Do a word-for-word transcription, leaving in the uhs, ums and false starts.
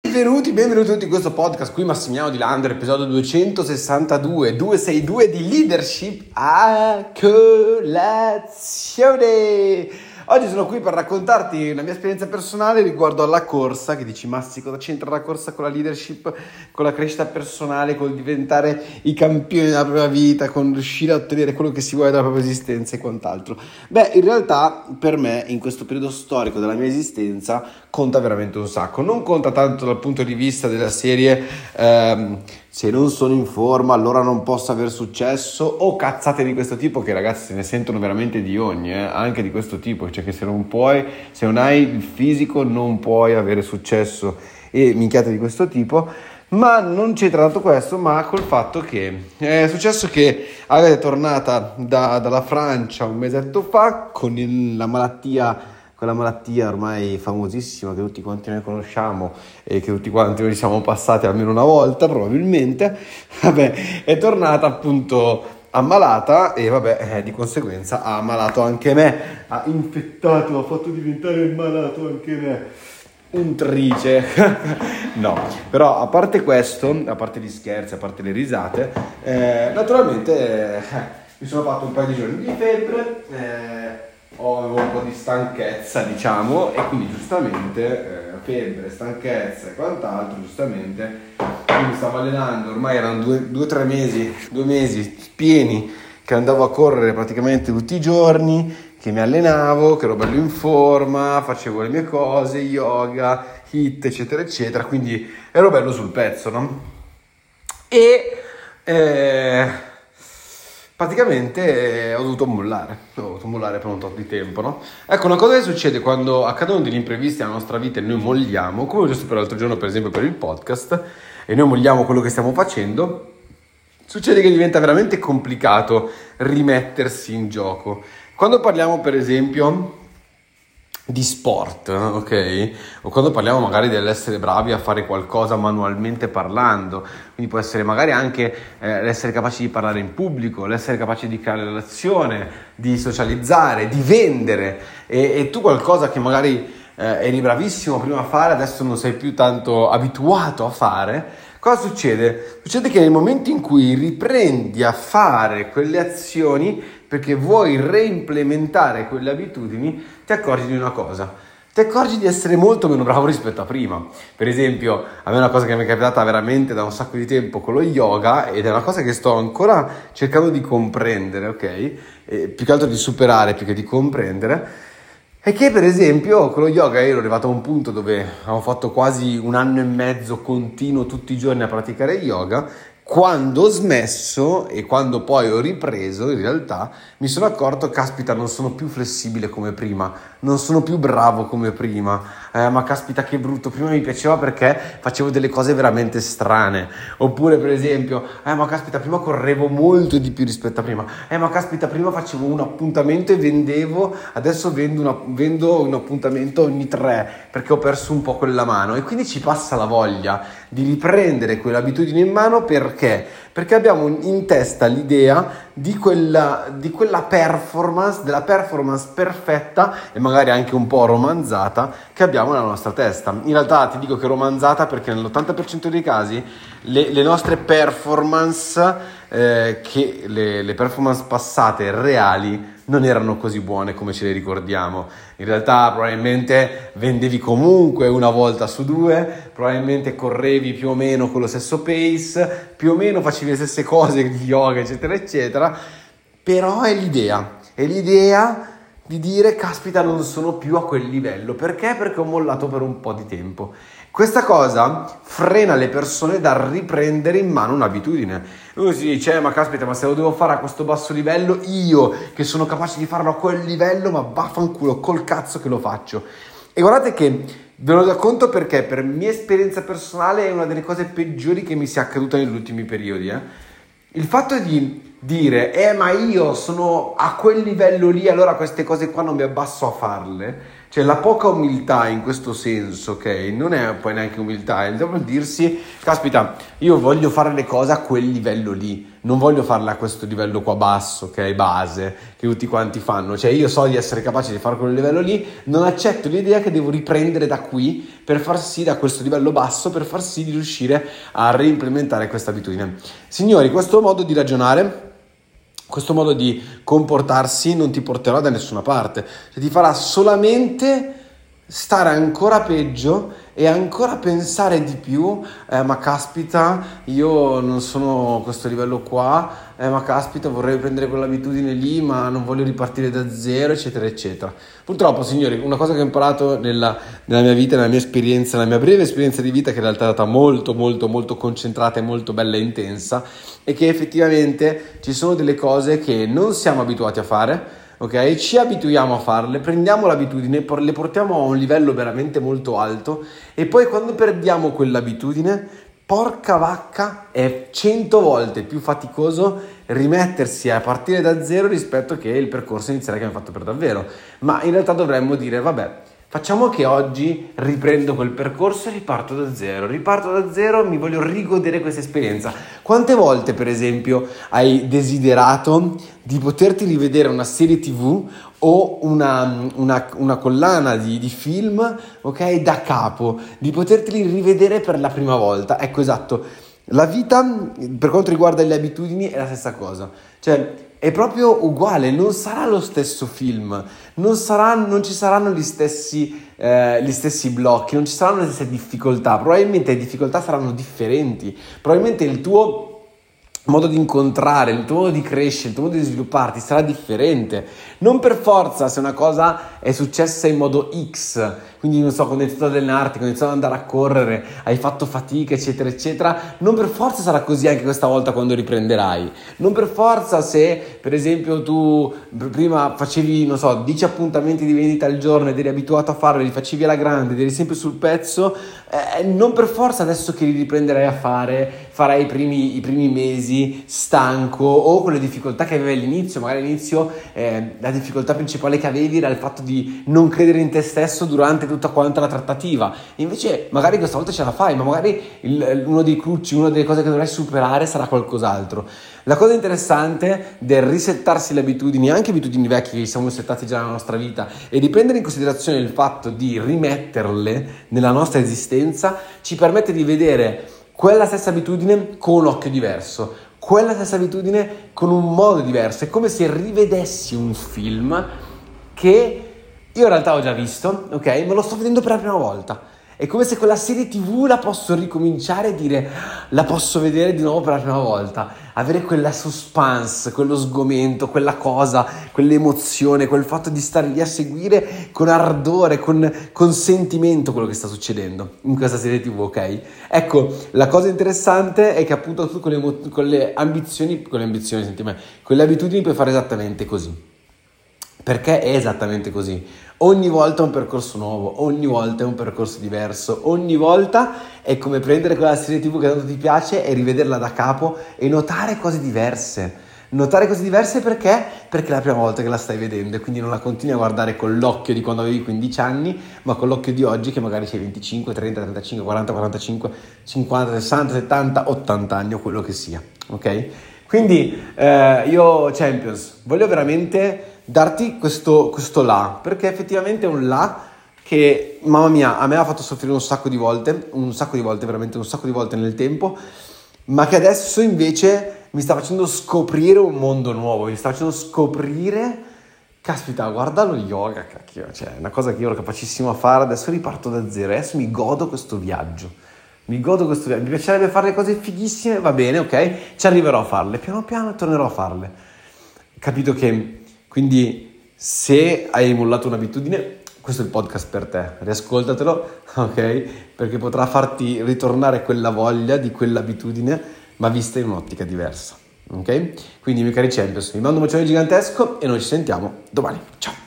Benvenuti, benvenuti tutti in questo podcast, qui Massimiliano Di Landro, episodio duecentosessantadue, duecentosesantadue di Leadership a colazione. Oggi sono qui per raccontarti la mia esperienza personale riguardo alla corsa, che dici Massi, cosa c'entra la corsa con la leadership, con la crescita personale, col diventare i campioni della propria vita, con riuscire a ottenere quello che si vuole dalla propria esistenza e quant'altro. Beh, in realtà per me in questo periodo storico della mia esistenza conta veramente un sacco. Non conta tanto dal punto di vista della serie ehm, se non sono in forma allora non posso aver successo o cazzate di questo tipo, che ragazzi se ne sentono veramente di ogni, eh? Anche di questo tipo, cioè che se non puoi, se non hai il fisico non puoi avere successo e minchiate di questo tipo. Ma non c'entra tanto questo, ma col fatto che è successo che Aga è tornata da, dalla Francia un mesetto fa con il, la malattia quella malattia ormai famosissima che tutti quanti noi conosciamo e che tutti quanti noi siamo passati almeno una volta probabilmente. Vabbè, è tornata appunto ammalata e vabbè, eh, di conseguenza ha ammalato anche me, ha infettato, ha fatto diventare malato anche me. Un trice. No, però a parte questo, a parte gli scherzi, a parte le risate, eh, naturalmente eh, mi sono fatto un paio di giorni di febbre, eh, ho un po' di stanchezza, diciamo, e quindi giustamente eh, febbre, stanchezza e quant'altro, giustamente mi stavo allenando. Ormai erano due, due tre mesi, due mesi pieni che andavo a correre praticamente tutti i giorni, che mi allenavo, che ero bello in forma, facevo le mie cose, yoga, hit, eccetera, eccetera, quindi ero bello sul pezzo, no? E eh, praticamente eh, ho dovuto mollare, ho dovuto mollare per un tot di tempo, no? Ecco, una cosa che succede quando accadono degli imprevisti nella nostra vita e noi molliamo, come ho giusto per l'altro giorno per esempio per il podcast, e noi molliamo quello che stiamo facendo, succede che diventa veramente complicato rimettersi in gioco. Quando parliamo per esempio di sport, ok? O quando parliamo magari dell'essere bravi a fare qualcosa manualmente parlando, quindi può essere magari anche eh, l'essere capaci di parlare in pubblico, l'essere capaci di creare relazione, di socializzare, di vendere, e, e tu qualcosa che magari eh, eri bravissimo prima a fare, adesso non sei più tanto abituato a fare, cosa succede? Succede che nel momento in cui riprendi a fare quelle azioni perché vuoi reimplementare quelle abitudini, ti accorgi di una cosa, ti accorgi di essere molto meno bravo rispetto a prima. Per esempio, a me è una cosa che mi è capitata veramente da un sacco di tempo con lo yoga, ed è una cosa che sto ancora cercando di comprendere, ok? E più che altro di superare, più che di comprendere, è che per esempio con lo yoga io ero arrivato a un punto dove avevo fatto quasi un anno e mezzo continuo tutti i giorni a praticare yoga. Quando ho smesso e quando poi ho ripreso, in realtà mi sono accorto, caspita, non sono più flessibile come prima, non sono più bravo come prima, eh, ma caspita che brutto, prima mi piaceva perché facevo delle cose veramente strane. Oppure per esempio, eh ma caspita, prima correvo molto di più rispetto a prima, eh ma caspita, prima facevo un appuntamento e vendevo, adesso vendo, una, vendo un appuntamento ogni tre perché ho perso un po' quella mano. E quindi ci passa la voglia di riprendere quell'abitudine in mano. Perché? Perché abbiamo in testa l'idea di quella, di quella performance, della performance perfetta e magari anche un po' romanzata che abbiamo nella nostra testa. In realtà ti dico che romanzata perché nell'ottanta per cento dei casi le, le nostre performance, eh, che le, le performance passate reali non erano così buone come ce le ricordiamo. In realtà probabilmente vendevi comunque una volta su due, probabilmente correvi più o meno con lo stesso pace, più o meno facevi le stesse cose di yoga, eccetera, eccetera, però è l'idea, è l'idea di dire, caspita, non sono più a quel livello. Perché? Perché ho mollato per un po' di tempo. Questa cosa frena le persone dal riprendere in mano un'abitudine. Uno si dice, eh, ma caspita, ma se lo devo fare a questo basso livello, io che sono capace di farlo a quel livello, ma vaffanculo, col cazzo che lo faccio. E guardate che ve lo racconto perché per mia esperienza personale è una delle cose peggiori che mi sia accaduta negli ultimi periodi. Eh? Il fatto di dire, eh ma io sono a quel livello lì, allora queste cose qua non mi abbasso a farle, Cioè la poca umiltà in questo senso, ok? Non è poi neanche umiltà, è devo dirsi, caspita, io voglio fare le cose a quel livello lì, non voglio farle a questo livello qua basso, ok? Base, che tutti quanti fanno. Cioè io so di essere capace di fare quel livello lì, non accetto l'idea che devo riprendere da qui per far sì, da questo livello basso, per far sì di riuscire a reimplementare questa abitudine. Signori, questo modo di ragionare, questo modo di comportarsi non ti porterà da nessuna parte, cioè ti farà solamente stare ancora peggio e ancora pensare di più, eh, ma caspita, io non sono a questo livello qua, eh, ma caspita, vorrei prendere quell'abitudine lì, ma non voglio ripartire da zero, eccetera, eccetera. Purtroppo, signori, una cosa che ho imparato nella, nella mia vita, nella mia esperienza, nella mia breve esperienza di vita, che in realtà è stata molto, molto, molto concentrata e molto bella e intensa, è che effettivamente ci sono delle cose che non siamo abituati a fare, ok? Ci abituiamo a farle, prendiamo l'abitudine, le portiamo a un livello veramente molto alto e poi quando perdiamo quell'abitudine, porca vacca, è cento volte più faticoso rimettersi a partire da zero rispetto che il percorso iniziale che abbiamo fatto per davvero. Ma in realtà dovremmo dire, vabbè, facciamo che oggi riprendo quel percorso e riparto da zero, riparto da zero, mi voglio rigodere questa esperienza. Quante volte, per esempio, hai desiderato di poterti rivedere una serie tv o una, una, una collana di, di film, ok, da capo, di poterteli rivedere per la prima volta? Ecco, esatto, la vita per quanto riguarda le abitudini è la stessa cosa, cioè è proprio uguale, non sarà lo stesso film, non, sarà, non ci saranno gli stessi, eh, gli stessi blocchi, non ci saranno le stesse difficoltà, probabilmente le difficoltà saranno differenti, probabilmente il tuo modo di incontrare, il tuo modo di crescere, il tuo modo di svilupparti sarà differente. Non per forza se una cosa è successa in modo X, quindi non so, quando hai iniziato ad allenarti, quando hai iniziato ad andare a correre, hai fatto fatica, eccetera, eccetera, non per forza sarà così anche questa volta quando riprenderai. Non per forza se, per esempio, tu prima facevi, non so, dieci appuntamenti di vendita al giorno ed eri abituato a farli, li facevi alla grande ed eri sempre sul pezzo, eh, non per forza adesso che li riprenderai a fare, farai i primi, i primi mesi stanco o con le difficoltà che avevi all'inizio. Magari all'inizio eh, la difficoltà principale che avevi era il fatto di non credere in te stesso durante tutta quanta la trattativa, invece magari questa volta ce la fai, ma magari il, uno dei crucci, una delle cose che dovrai superare sarà qualcos'altro. La cosa interessante del risettarsi le abitudini, anche abitudini vecchie che ci siamo settati già nella nostra vita, e di prendere in considerazione il fatto di rimetterle nella nostra esistenza, ci permette di vedere quella stessa abitudine con un occhio diverso, quella stessa abitudine con un modo diverso. È come se rivedessi un film che io in realtà ho già visto, ok? Ma lo sto vedendo per la prima volta. È come se quella serie tv la posso ricominciare e dire, la posso vedere di nuovo per la prima volta. Avere quella suspense, quello sgomento, quella cosa, quell'emozione, quel fatto di stare lì a seguire con ardore, con, con sentimento quello che sta succedendo in questa serie tv, ok? Ecco, la cosa interessante è che appunto tu con le, con le ambizioni, con le ambizioni, senti me, con le abitudini puoi fare esattamente così. Perché è esattamente così. Ogni volta è un percorso nuovo, ogni volta è un percorso diverso, ogni volta è come prendere quella serie tv che tanto ti piace e rivederla da capo e notare cose diverse. Notare cose diverse perché? Perché è la prima volta che la stai vedendo e quindi non la continui a guardare con l'occhio di quando avevi quindici anni, ma con l'occhio di oggi che magari c'hai venticinque, trenta, trentacinque, quaranta, quarantacinque, cinquanta, sessanta, settanta, ottanta anni o quello che sia, ok? Quindi eh, io Champions voglio veramente darti questo, questo là, perché effettivamente è un là che, mamma mia, a me ha fatto soffrire un sacco di volte, un sacco di volte, veramente un sacco di volte nel tempo, ma che adesso invece mi sta facendo scoprire un mondo nuovo, mi sta facendo scoprire, caspita, guarda lo yoga, cacchio, cioè è una cosa che io ero capacissimo a fare, adesso riparto da zero, adesso mi godo questo viaggio. Mi godo questo viaggio, mi piacerebbe fare cose fighissime, va bene, ok, ci arriverò a farle, piano piano tornerò a farle. Capito che, quindi, se hai mollato un'abitudine, questo è il podcast per te, riascoltatelo, ok, perché potrà farti ritornare quella voglia di quell'abitudine, ma vista in un'ottica diversa, ok? Quindi, miei cari Champions, vi mando un bacione gigantesco e noi ci sentiamo domani, ciao!